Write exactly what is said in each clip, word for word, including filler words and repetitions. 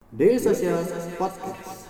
Daily Social Podcast.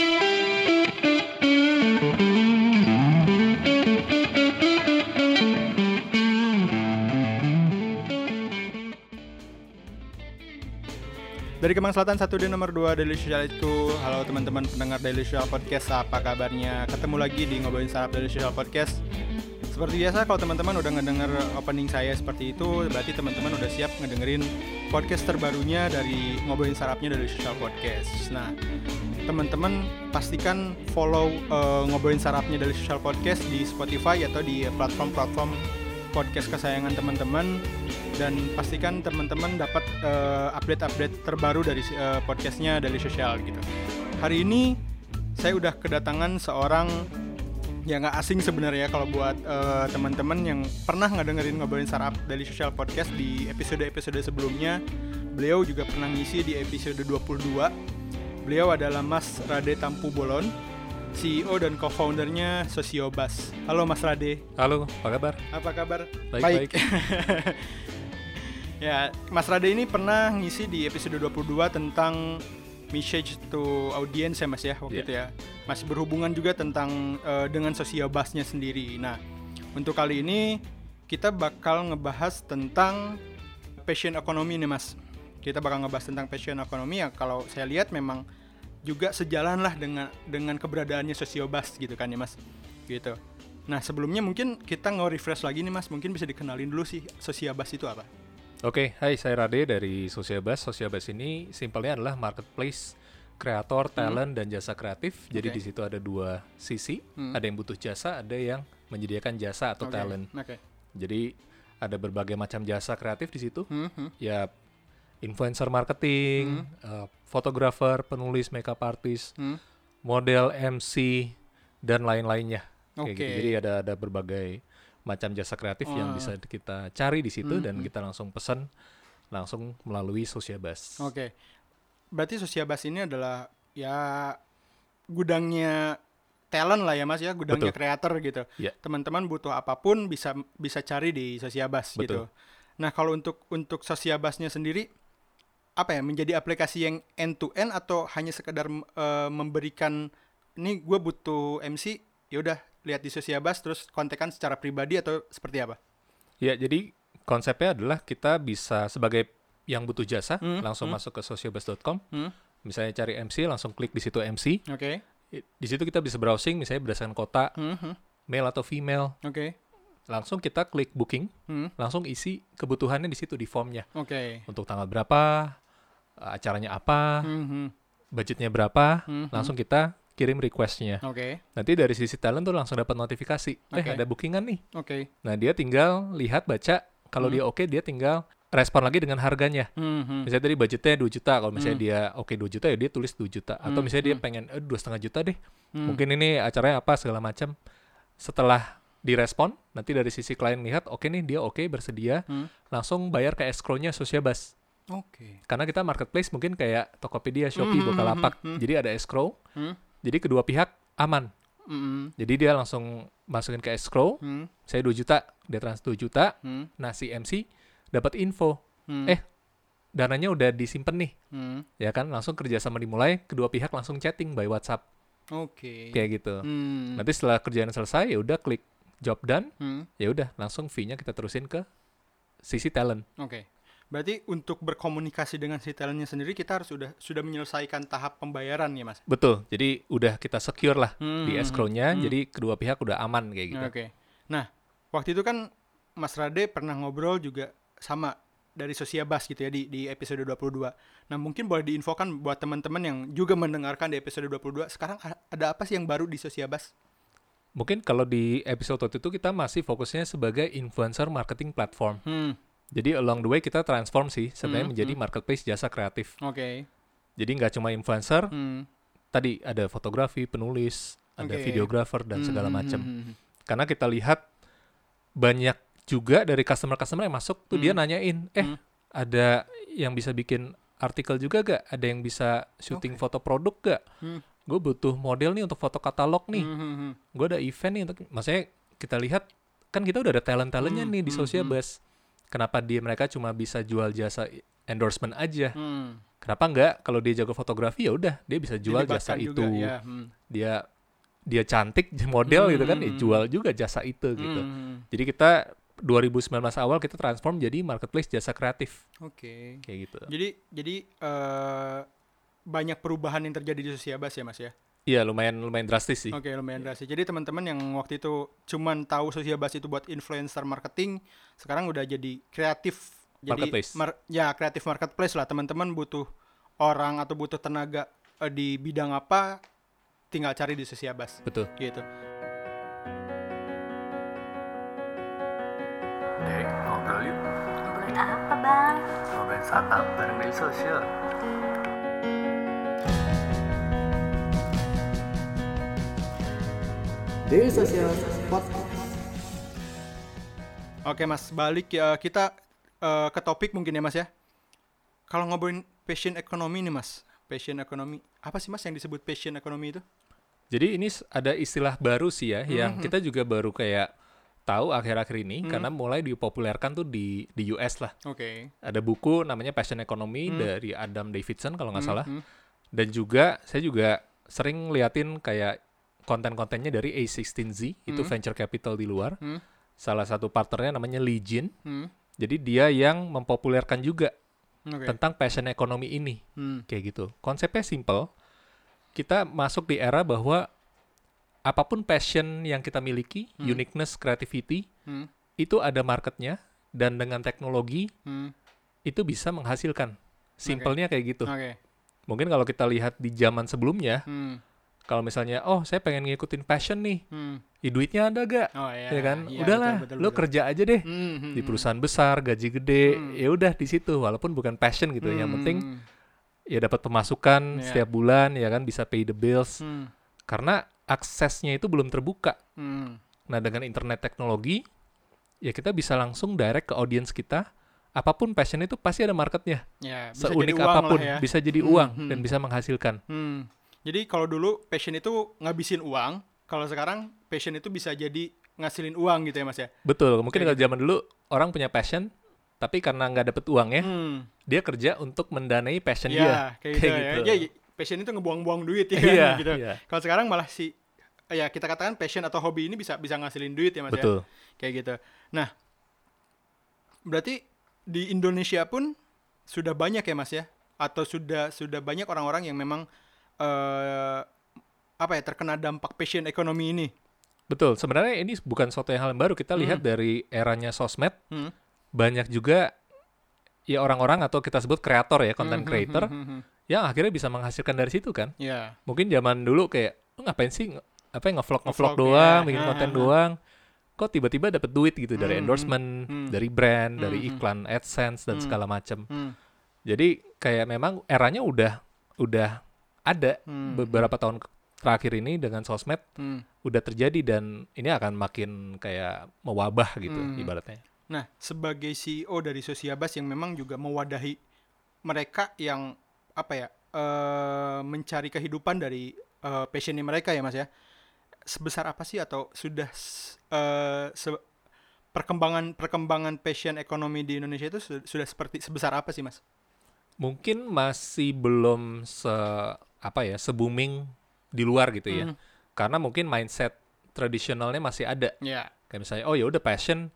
Dari Kemang Selatan satu D nomor dua Daily Social itu. Halo teman-teman pendengar Daily Social Podcast, apa kabarnya? Ketemu lagi di Ngobrolin Startup Daily Social Podcast. Seperti biasa, kalau teman-teman udah ngedenger opening saya seperti itu, berarti teman-teman udah siap ngedengerin podcast terbarunya dari Ngobrolin Startupnya Daily Social Podcast. Nah, teman-teman pastikan follow uh, Ngobrolin Startupnya Daily Social Podcast di Spotify atau di platform-platform podcast kesayangan teman-teman, dan pastikan teman-teman dapat uh, update-update terbaru dari uh, podcastnya Daily Social gitu. Hari ini saya udah kedatangan seorang yang nggak asing sebenarnya kalau buat uh, teman-teman yang pernah ngedengerin Ngobrolin Startup Daily Social Podcast di episode-episode sebelumnya. Beliau juga pernah ngisi di episode dua puluh dua. Beliau adalah Mas Rade Tampu Bolon, C E O dan co-foundernya Sosiobus. Halo Mas Rade. Halo, apa kabar? Apa kabar? Baik, baik. Ya, Mas Rade ini pernah ngisi di episode dua puluh dua tentang message to audience ya Mas ya, waktu yeah. itu ya. Masih berhubungan juga tentang uh, dengan Sosiobusnya sendiri. Nah, untuk kali ini kita bakal ngebahas tentang passion economy nih Mas. Kita bakal ngebahas tentang passion economy ya, kalau saya lihat memang juga sejalan lah dengan dengan keberadaannya Sosiobus gitu kan ya Mas. Gitu. Nah, sebelumnya mungkin kita nge-refresh lagi nih Mas, mungkin bisa dikenalin dulu sih Sosiobus itu apa? Oke, hai, saya Rade dari Sosiobus. Sosiobus ini simpelnya adalah marketplace kreator, talent, hmm. dan jasa kreatif. Jadi okay. di situ ada dua sisi, hmm. ada yang butuh jasa, ada yang menyediakan jasa atau okay. talent. Okay. Jadi ada berbagai macam jasa kreatif di situ. Hmm. Hmm. Ya, influencer marketing, hmm. uh, fotografer, penulis, makeup artist, hmm. model, M C, dan lain-lainnya. Okay. Kayak gitu. Jadi ada ada berbagai macam jasa kreatif oh. yang bisa kita cari di situ, hmm. dan kita langsung pesan langsung melalui Sosiobus. Oke. Okay. Berarti Sosiobus ini adalah ya gudangnya talent lah ya Mas ya, gudangnya kreator gitu. Yeah. Teman-teman butuh apapun bisa bisa cari di Sosiobus gitu. Nah, kalau untuk untuk Sosiobusnya sendiri apa ya, menjadi aplikasi yang end to end atau hanya sekedar uh, memberikan ini gue butuh M C, ya udah lihat di Sosiobus terus kontekan secara pribadi atau seperti apa? Ya, jadi konsepnya adalah kita bisa sebagai yang butuh jasa hmm, langsung hmm. masuk ke sosiobus dot com. Hmm. Misalnya cari M C, langsung klik di situ M C. Oke. Okay. Di situ kita bisa browsing misalnya berdasarkan kota, hmm. male atau female. Oke. Okay. Langsung kita klik booking, hmm. langsung isi kebutuhannya di situ di formnya. Oke. Okay. Untuk tanggal berapa, acaranya apa, hmm. budgetnya berapa, hmm. langsung kita kirim request-nya. Oke. Okay. Nanti dari sisi talent tuh langsung dapat notifikasi. Okay. Eh, ada bookingan nih. Oke. Okay. Nah, dia tinggal lihat, baca. Kalau hmm. dia oke, okay, dia tinggal respon lagi dengan harganya. Hmm. Misalnya tadi budgetnya dua juta. Kalau misalnya hmm. dia oke okay, dua juta, ya dia tulis dua juta. Atau hmm. misalnya dia pengen eh, dua koma lima juta deh. Hmm. Mungkin ini acaranya apa, segala macam. Setelah direspon, nanti dari sisi klien lihat, oke okay nih, dia oke, okay, bersedia. Hmm. Langsung bayar ke escrow-nya Sosiobus. Oke. Okay. Karena kita marketplace mungkin kayak Tokopedia, Shopee, hmm. Bukalapak. Hmm. Jadi ada escrow. Hmm. Jadi kedua pihak aman. Mm-hmm. Jadi dia langsung masukin ke escrow. Mm. Saya dua juta, dia transfer dua juta. Mm. Nah, si M C dapat info. Mm. Eh, dananya udah disimpan nih. Mm. Ya kan, langsung kerjasama dimulai. Kedua pihak langsung chatting by WhatsApp. Oke. Okay. Kayak gitu. Mm. Nanti setelah kerjaan selesai, ya udah klik job done. Mm. Ya udah, langsung fee-nya kita terusin ke sisi talent. Oke. Okay. Berarti untuk berkomunikasi dengan si talentnya sendiri kita harus sudah sudah menyelesaikan tahap pembayaran ya Mas? Betul, jadi udah kita secure lah hmm, di escrow-nya, hmm. jadi kedua pihak udah aman kayak gitu. Oke. Okay. Nah, waktu itu kan Mas Rade pernah ngobrol juga sama dari Sosiobus gitu ya di di episode dua puluh dua. Nah, mungkin boleh diinfokan buat teman-teman yang juga mendengarkan di episode dua puluh dua, sekarang ada apa sih yang baru di Sosiobus? Mungkin kalau di episode waktu itu kita masih fokusnya sebagai influencer marketing platform. Hmm. Jadi along the way kita transform sih sebenarnya hmm, menjadi hmm. marketplace jasa kreatif. Oke. Okay. Jadi nggak cuma influencer, hmm. tadi ada fotografi, penulis, ada okay. videographer dan hmm, segala macam. Hmm, hmm. Karena kita lihat banyak juga dari customer-customer yang masuk tuh hmm. dia nanyain, eh hmm. ada yang bisa bikin artikel juga gak? Ada yang bisa syuting okay. foto produk gak? Hmm. Gue butuh model nih untuk foto katalog nih. Hmm, hmm, hmm. Gue ada event nih untuk, maksudnya kita lihat kan kita udah ada talent-talentnya hmm, nih di hmm, Sosiobus. Hmm. Kenapa dia mereka cuma bisa jual jasa endorsement aja? Hmm. Kenapa enggak kalau dia jago fotografi ya udah dia bisa jual jasa juga, itu. Ya. Hmm. Dia dia cantik model hmm, gitu kan, ya jual juga jasa itu gitu. Hmm. Jadi kita dua ribu sembilan belas awal kita transform jadi marketplace jasa kreatif. Oke. Okay. Kayak gitu. Jadi jadi uh, banyak perubahan yang terjadi di Sosiabas ya Mas ya? Iya, lumayan lumayan drastis sih. Oke, okay, lumayan drastis. Jadi teman-teman yang waktu itu cuman tahu Sosiabas itu buat influencer marketing, sekarang udah jadi kreatif. Marketplace. Jadi mar- ya kreatif marketplace lah. Teman-teman butuh orang atau butuh tenaga uh, di bidang apa, tinggal cari di Sosiabas. Betul. Gitu. Dek, ngobrol yuk. Ngobrolin apa, Bang? Ngobrolin startup bareng Daily Social. Daily Social Podcast. Oke Mas, balik ya kita uh, ke topik mungkin ya Mas ya. Kalau ngobrolin passion economy nih Mas, passion economy, apa sih Mas yang disebut passion economy itu? Jadi ini ada istilah baru sih ya, mm-hmm. yang kita juga baru kayak tahu akhir-akhir ini, mm-hmm. karena mulai dipopulerkan tuh di di U S lah. Oke. Okay. Ada buku namanya Passion Economy mm-hmm. dari Adam Davidson kalau nggak mm-hmm. salah. Dan juga saya juga sering liatin kayak konten-kontennya dari A sixteen Z, mm-hmm. itu venture capital di luar. Mm-hmm. Salah satu partnernya namanya Lee Jin. Mm-hmm. Jadi dia yang mempopulerkan juga okay. tentang passion economy ini. Mm. Kayak gitu. Konsepnya simple. Kita masuk di era bahwa apapun passion yang kita miliki, hmm. uniqueness, creativity, hmm. itu ada marketnya, dan dengan teknologi, hmm. itu bisa menghasilkan. Simpelnya okay. kayak gitu. Okay. Mungkin kalau kita lihat di zaman sebelumnya, hmm. kalau misalnya, oh saya pengen ngikutin passion nih, hmm. ya duitnya ada gak? Oh, iya. Ya kan? Iya, Udahlah, betul, betul, lo betul. kerja aja deh hmm, hmm, di perusahaan besar, gaji gede, hmm. ya udah di situ, walaupun bukan passion gitu. Hmm. Yang penting ya dapat pemasukan yeah. setiap bulan, ya kan, bisa pay the bills. Hmm. Karena aksesnya itu belum terbuka. Hmm. Nah, dengan internet teknologi, ya kita bisa langsung direct ke audiens kita. Apapun passion itu pasti ada marketnya. Ya, bisa seunik jadi uang apapun, lah ya. bisa jadi hmm, uang hmm. dan bisa menghasilkan. Hmm. Jadi kalau dulu passion itu ngabisin uang, kalau sekarang passion itu bisa jadi ngasilin uang gitu ya Mas ya? Betul, mungkin kalau gitu. Zaman dulu orang punya passion, tapi karena nggak dapet uang ya, hmm. dia kerja untuk mendanai passion ya, dia. Kayak, kayak gitu. gitu. Ya, passion itu ngebuang-buang duit ya kan iya, gitu. Iya. Kalau sekarang malah si ya kita katakan passion atau hobi ini bisa bisa ngasilin duit ya Mas. Betul. Ya. Kayak gitu. Nah, berarti di Indonesia pun sudah banyak ya Mas ya? Atau sudah sudah banyak orang-orang yang memang uh, apa ya terkena dampak passion ekonomi ini? Betul. Sebenarnya ini bukan suatu yang hal yang baru. Kita hmm. lihat dari eranya sosmed, hmm. banyak juga ya orang-orang atau kita sebut kreator ya, content creator, hmm, hmm, hmm, hmm. yang akhirnya bisa menghasilkan dari situ kan. Yeah. Mungkin zaman dulu kayak, oh, ngapain sih, apa yang ngevlog ngevlog doang, ya. bikin konten doang, kok tiba-tiba dapat duit gitu dari hmm, endorsement, hmm. dari brand, hmm, dari iklan AdSense dan hmm. segala macam. Hmm. Jadi kayak memang eranya udah udah ada hmm. beberapa tahun terakhir ini dengan sosmed hmm. udah terjadi dan ini akan makin kayak mewabah gitu hmm. ibaratnya. Nah, sebagai C E O dari Sosiabas yang memang juga mewadahi mereka yang apa ya uh, mencari kehidupan dari uh, passionnya mereka ya Mas ya. Sebesar apa sih atau sudah uh, se- perkembangan perkembangan passion ekonomi di Indonesia itu sudah, sudah seperti sebesar apa sih Mas? Mungkin masih belum se apa ya se booming di luar gitu ya. Hmm. Karena mungkin mindset tradisionalnya masih ada. Yeah. Kayak misalnya oh ya udah passion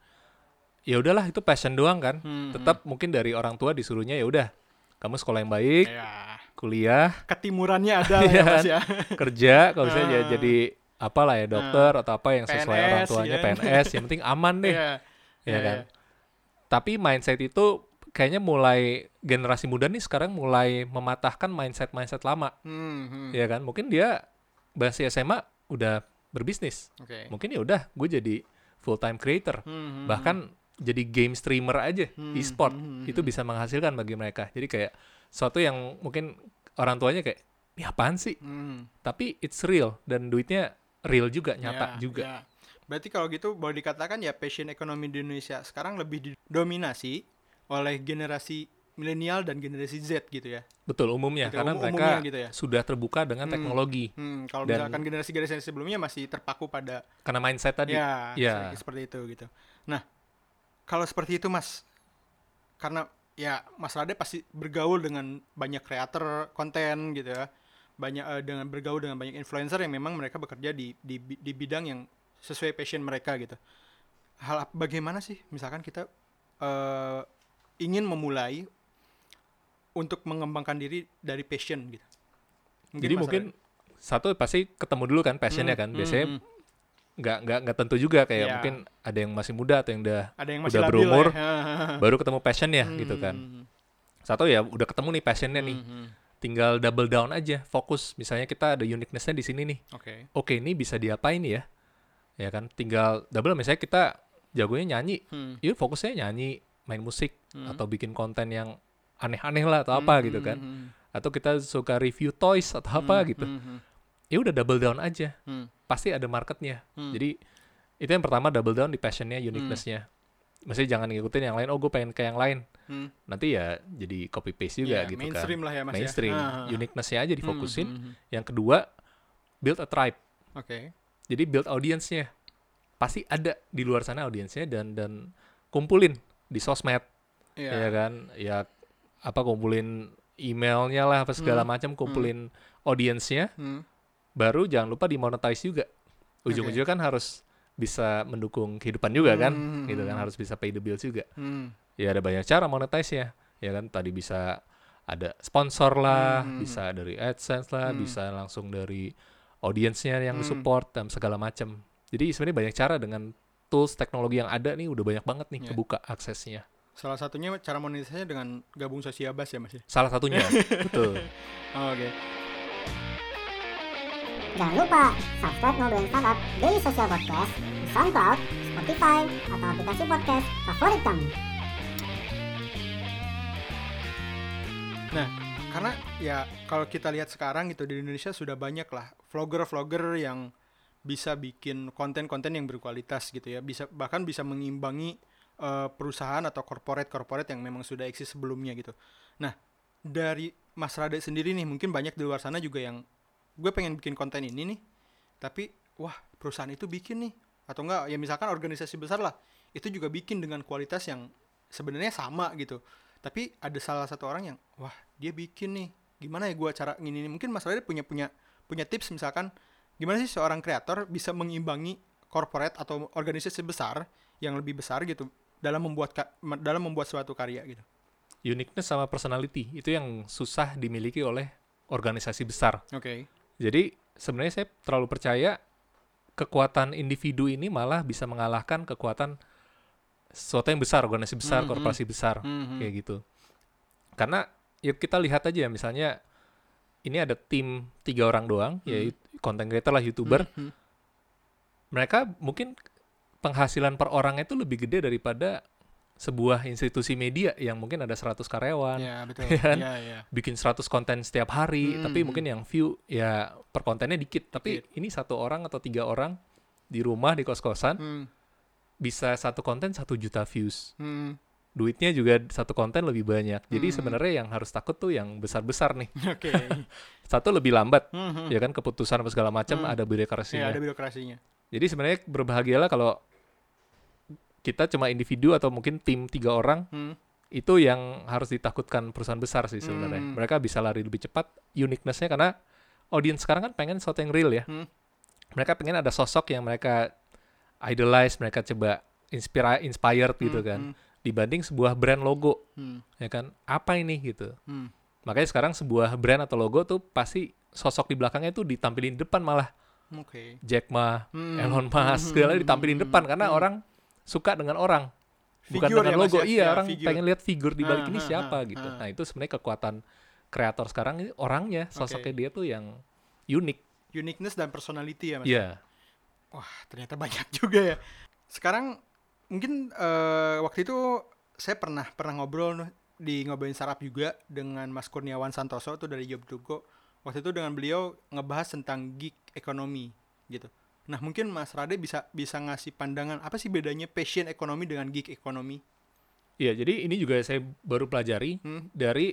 ya udahlah itu passion doang kan. Hmm, Tetap hmm. mungkin dari orang tua disuruhnya ya udah kamu sekolah yang baik, yeah. kuliah, ketimurannya ada ya Mas ya. Kerja kalau misalnya uh. jadi apalah ya dokter uh. atau apa yang sesuai P N S, orang tuanya ya. P N S yang penting aman deh. Yeah. Ya yeah, kan. Yeah. Tapi mindset itu kayaknya mulai generasi muda nih sekarang mulai mematahkan mindset-mindset lama. Hmm, hmm. Ya kan? Mungkin dia masih S M A udah berbisnis. Okay. Mungkin ya udah gue jadi full time creator. Hmm, Bahkan hmm. jadi game streamer aja, hmm, e-sport. Hmm, hmm, itu bisa menghasilkan bagi mereka. Jadi kayak sesuatu yang mungkin orang tuanya kayak, ini apaan sih? Hmm. Tapi it's real dan duitnya real juga, nyata ya, juga. Ya. Berarti kalau gitu boleh dikatakan ya passion ekonomi di Indonesia sekarang lebih didominasi oleh generasi milenial dan generasi Z gitu ya. Betul, umumnya gitu, um, karena mereka gitu ya. Sudah terbuka dengan teknologi. Hmm, hmm, kalau dan misalkan generasi-generasi sebelumnya masih terpaku pada karena mindset tadi. Ya, ya. Seperti itu gitu. Nah, kalau seperti itu Mas, karena ya Mas Rade pasti bergaul dengan banyak kreator konten gitu ya, banyak uh, dengan bergaul dengan banyak influencer yang memang mereka bekerja di di di bidang yang sesuai passion mereka gitu. Hal bagaimana sih misalkan kita uh, ingin memulai untuk mengembangkan diri dari passion gitu. Mungkin Jadi mungkin Rade. Satu pasti ketemu dulu kan passionnya hmm, kan. Biasanya hmm, hmm. nggak nggak nggak tentu juga kayak yeah. mungkin ada yang masih muda atau yang udah ada yang masih udah berumur ya. baru ketemu passionnya hmm. gitu kan. Satu ya udah ketemu nih passionnya nih, hmm. tinggal double down aja, fokus. Misalnya kita ada uniqueness-nya di sini nih. Oke. Okay. Oke, ini bisa diapain ya? Ya kan, tinggal double. Misalnya kita jagonya nyanyi, hmm. yuk fokusnya nyanyi, main musik hmm. atau bikin konten yang aneh-aneh lah atau hmm. apa gitu kan. Hmm. Atau kita suka review toys atau hmm. apa gitu. Hmm. Ya udah double down aja. Hmm. Pasti ada marketnya. Hmm. Jadi itu yang pertama, double down di passionnya, uniqueness-nya. Hmm. Maksudnya jangan ngikutin yang lain, oh gue pengen kayak yang lain. Hmm. Nanti ya jadi copy paste juga yeah, gitu mainstream kan. Mainstream lah ya Mas mainstream. ya. Mainstream. Uniqueness-nya aja difokusin. Hmm. Hmm. Yang kedua, build a tribe. Oke. Okay. Jadi build audience-nya. Pasti ada di luar sana audiensnya dan dan kumpulin di sosmed. Yeah. Ya kan? Ya apa kumpulin emailnya lah apa segala hmm. macam, kumpulin hmm. audiensnya. Hmm. Baru jangan lupa dimonetize juga. Ujung-ujungnya okay. kan harus bisa mendukung kehidupan juga kan, hmm. gitu kan, harus bisa pay the bills juga. Hmm. Ya ada banyak cara monetize-nya, ya kan. Tadi bisa ada sponsor lah, hmm. bisa dari AdSense lah, hmm. bisa langsung dari audiensnya yang hmm. support dan segala macam. Jadi sebenarnya banyak cara dengan tools teknologi yang ada nih, udah banyak banget nih yeah. kebuka aksesnya. Salah satunya cara monetisasinya dengan gabung Sosiabas ya Mas? Salah satunya, betul. Oh, oke. Okay. Jangan lupa subscribe Ngobrolin Startup Daily Social Podcast di SoundCloud, Spotify, atau aplikasi podcast favorit kamu. Nah, karena ya kalau kita lihat sekarang gitu di Indonesia sudah banyak lah vlogger-vlogger yang bisa bikin konten-konten yang berkualitas gitu ya, bisa bahkan bisa mengimbangi uh, perusahaan atau corporate-corporate yang memang sudah eksis sebelumnya gitu. Nah, dari Mas Rade sendiri nih, mungkin banyak di luar sana juga yang gue pengen bikin konten ini nih, tapi wah perusahaan itu bikin nih, atau enggak ya misalkan organisasi besar lah, itu juga bikin dengan kualitas yang sebenarnya sama gitu, tapi ada salah satu orang yang wah dia bikin nih, gimana ya gue cara ngini nih. Mungkin Mas Rade punya punya punya tips misalkan gimana sih seorang kreator bisa mengimbangi corporate atau organisasi besar yang lebih besar gitu dalam membuat dalam membuat suatu karya gitu. Uniqueness sama personality itu yang susah dimiliki oleh organisasi besar. Oke. Okay. Jadi sebenarnya saya terlalu percaya kekuatan individu ini malah bisa mengalahkan kekuatan sesuatu yang besar, organisasi besar, mm-hmm. korporasi besar, mm-hmm. kayak gitu. Karena ya kita lihat aja ya, misalnya ini ada tim tiga orang doang, mm-hmm. ya content creator lah, YouTuber. Mm-hmm. Mereka mungkin penghasilan per orangnya itu lebih gede daripada sebuah institusi media yang mungkin ada seratus karyawan, ya, betul. kan? Ya, ya. Bikin seratus konten setiap hari, hmm. tapi mungkin yang view ya per kontennya dikit. Tapi dikit. Ini satu orang atau tiga orang di rumah, di kos-kosan, hmm. bisa satu konten satu juta views. Hmm. Duitnya juga satu konten lebih banyak. Jadi hmm. sebenarnya yang harus takut tuh yang besar-besar nih. Oke. Okay. Satu lebih lambat, hmm. ya kan, keputusan apa segala macam, hmm. ada birokrasinya. Ya, ada birokrasinya. Jadi sebenarnya berbahagialah kalau kita cuma individu atau mungkin tim tiga orang, hmm. itu yang harus ditakutkan perusahaan besar sih sebenarnya. Hmm. Mereka bisa lari lebih cepat, uniqueness-nya karena audience sekarang kan pengen sesuatu yang real ya. Hmm. Mereka pengen ada sosok yang mereka idolize, mereka coba inspira- inspired hmm. gitu kan. Hmm. Dibanding sebuah brand logo, hmm. ya kan, apa ini gitu. Hmm. Makanya sekarang sebuah brand atau logo tuh pasti sosok di belakangnya tuh ditampilin di depan malah. Okay. Jack Ma, hmm. Elon Musk, segala hmm. ditampilin depan karena hmm. orang suka dengan orang, bukan figur dengan ya, logo. Ya, iya, ya, orang figur. pengen lihat figur di balik ah, ini ah, siapa ah, gitu. Ah. Nah itu sebenarnya kekuatan kreator sekarang ini orangnya, sosoknya okay. dia tuh yang unik. Uniqueness dan personality ya Mas? Iya. Yeah. Wah ternyata banyak juga ya. Sekarang mungkin uh, waktu itu saya pernah pernah ngobrol di Ngobrolin Startup juga dengan Mas Kurniawan Santoso tuh dari Job to Go. Waktu itu dengan beliau ngebahas tentang gig ekonomi gitu. Nah mungkin Mas Rade bisa bisa ngasih pandangan apa sih bedanya passion ekonomi dengan gig ekonomi? Iya, jadi ini juga saya baru pelajari hmm. dari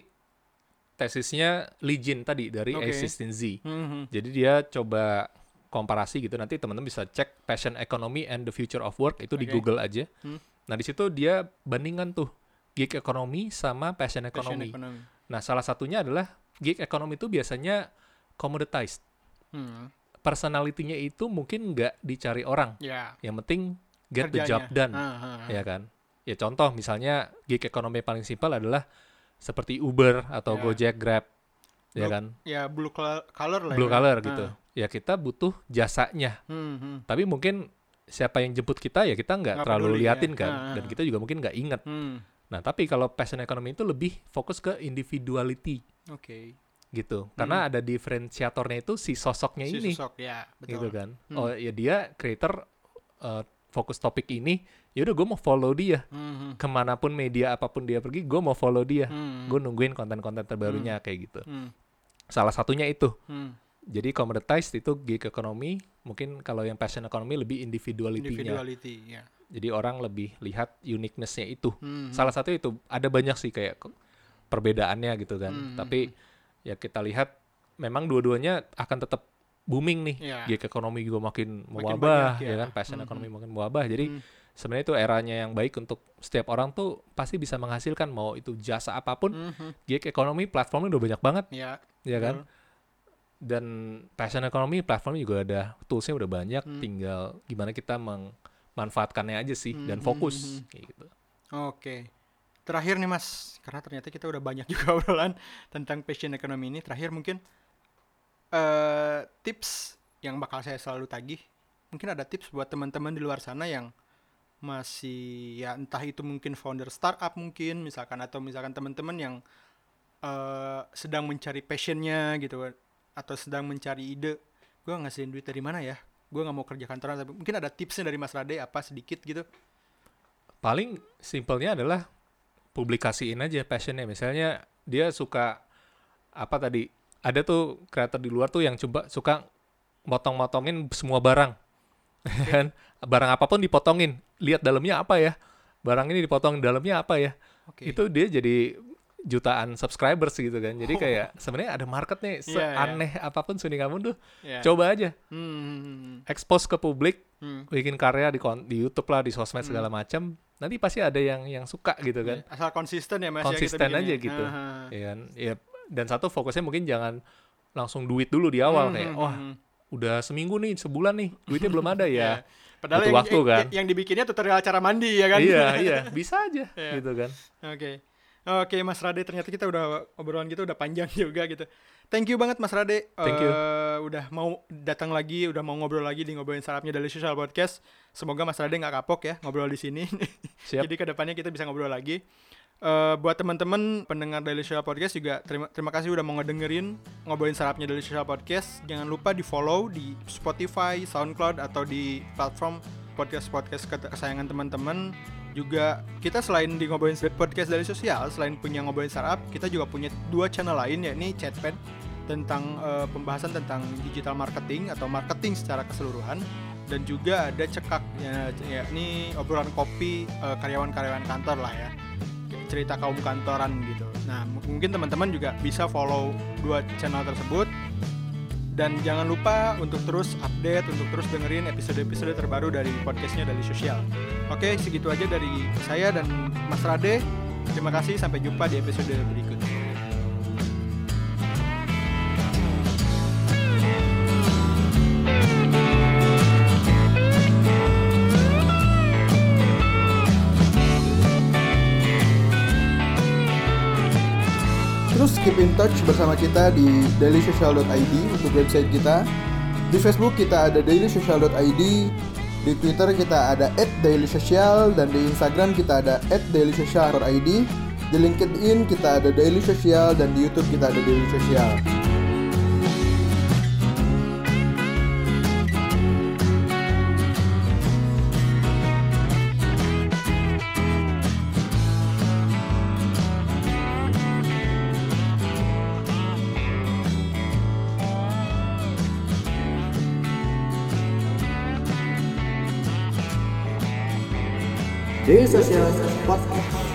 tesisnya Lee Jin tadi dari okay. A sixteen Z. Mm-hmm. Jadi dia coba komparasi gitu. Nanti teman-teman bisa cek passion economy and the future of work itu okay. di Google aja. Hmm. Nah di situ dia bandingkan tuh gig economy sama passion economy. Passion economy. Nah, salah satunya adalah gig economy itu biasanya commoditized. Hmm. Personality-nya itu mungkin nggak dicari orang. Ya. Yang penting get Kerjanya. the job done. Ah, ah, ah. Ya kan? Ya contoh misalnya gig economy paling simpel adalah seperti Uber atau Ya. Gojek, Grab. Ya Blue- kan? Ya blue col- color lah. Blue ya. color Ah. gitu. Ya kita butuh jasanya. Hmm, hmm. Tapi mungkin siapa yang jemput kita ya kita nggak Nggak terlalu peduli, liatin ya. kan. Ah, ah. Dan kita juga mungkin nggak inget. Hmm. Nah, tapi kalau passion economy itu lebih fokus ke individuality Oke. gitu. Karena ada diferensiatornya itu si sosoknya Si ini sosok ya, betul. gitu kan. Hmm. Oh ya dia creator uh, fokus topik ini, ya udah gue mau follow dia. Hmm, hmm. Kemanapun media apapun dia pergi, gue mau follow dia. Hmm. Gue nungguin konten-konten terbarunya kayak gitu. Hmm. Salah satunya itu. Hmm. Jadi commoditized itu gig economy, mungkin kalau yang passion economy lebih individuality-nya. Individuality, ya. Jadi orang lebih lihat uniqueness-nya itu. Hmm. Salah satu itu ada banyak sih kayak ke- perbedaannya gitu kan. Hmm. Tapi ya kita lihat memang dua-duanya akan tetap booming nih. Ya. Gig economy juga makin Makin mewabah, banyak, ya. ya kan. Passion Hmm. economy makin mewabah. Jadi Hmm. sebenarnya itu eranya yang baik untuk setiap orang tuh pasti bisa menghasilkan mau itu jasa apapun. Hmm. Gig economy platformnya udah banyak banget, Ya. ya kan. Betul. Dan passion economy platformnya juga ada toolsnya udah banyak. Hmm. Tinggal gimana kita memanfaatkannya aja sih dan Hmm, fokus hmm, hmm. kayak gitu. Oke. Terakhir nih Mas, karena ternyata kita udah banyak juga obrolan tentang passion economy ini. Terakhir mungkin eh tips yang bakal saya selalu tagih. Mungkin ada tips buat teman-teman di luar sana yang masih ya entah itu mungkin founder startup mungkin misalkan atau misalkan teman-teman yang eh sedang mencari passionnya gitu atau sedang mencari ide. Gue ngasihin duit dari mana ya? Gue nggak mau kerja kantoran, tapi mungkin ada tipsnya dari Mas Rade apa sedikit gitu. Paling simpelnya adalah publikasiin aja passionnya. Misalnya dia suka apa tadi, ada tuh kreator di luar tuh yang coba suka motong-motongin semua barang. Kan barang apapun dipotongin, lihat dalamnya apa ya, barang ini dipotong dalamnya apa ya. Oke. Itu dia jadi jutaan subscribers gitu kan. Jadi kayak sebenarnya ada market nih, Iya, iya. seaneh apapun Suni kamu tuh Ya. coba aja Hmm. expose ke publik, Hmm. bikin karya di kon- di YouTube lah, di sosmed segala macam. Nanti pasti ada yang yang suka gitu kan. Asal konsisten ya Mas. Konsisten ya, kita aja bikinnya. gitu. Aha. Ya kan? Ya, dan satu fokusnya mungkin jangan langsung duit dulu di awal Hmm, kayak hmm, wah hmm. udah seminggu nih, sebulan nih, duitnya belum ada ya. Padahal butuh yang, waktu yang, kan. yang dibikinnya tutorial cara mandi ya kan. Iya, iya, bisa aja Iya. gitu kan. Oke. Oke Mas Rade, ternyata kita udah obrolan kita udah panjang juga gitu. Thank you banget Mas Rade. Thank you. Eh, udah mau datang lagi, udah mau ngobrol lagi di Ngobrolin Startupnya dari Social Podcast. Semoga Mas Rade nggak kapok ya ngobrol di sini. Siap. Jadi kedepannya kita bisa ngobrol lagi. Eh, buat teman-teman pendengar Daily Social Podcast juga terima terima kasih udah mau ngedengerin Ngobrolin Startupnya Daily Social Podcast. Jangan lupa di follow di Spotify, SoundCloud atau di platform podcast-podcast kesayangan teman-teman. Juga kita selain di Ngobrolin Podcast Daily Sosial, selain punya Ngobrolin Startup, kita juga punya dua channel lain, yakni Chatpad tentang uh, pembahasan tentang digital marketing atau marketing secara keseluruhan, dan juga ada Cekak ya, yakni obrolan kopi uh, karyawan-karyawan kantor lah ya, cerita kaum kantoran gitu. Nah m- mungkin teman-teman juga bisa follow dua channel tersebut. Dan jangan lupa untuk terus update, untuk terus dengerin episode-episode terbaru dari podcastnya Daily Sosial. Oke, segitu aja dari saya dan Mas Rade. Terima kasih, sampai jumpa di episode berikutnya. Terus keep in touch bersama kita di dailysocial dot i d untuk website kita. Di Facebook kita ada dailysocial dot i d, di Twitter kita ada at dailysocial, dan di Instagram kita ada at dailysocial dot i d. Di LinkedIn kita ada Daily Social, dan di YouTube kita ada Daily Social. Daily Social Podcast.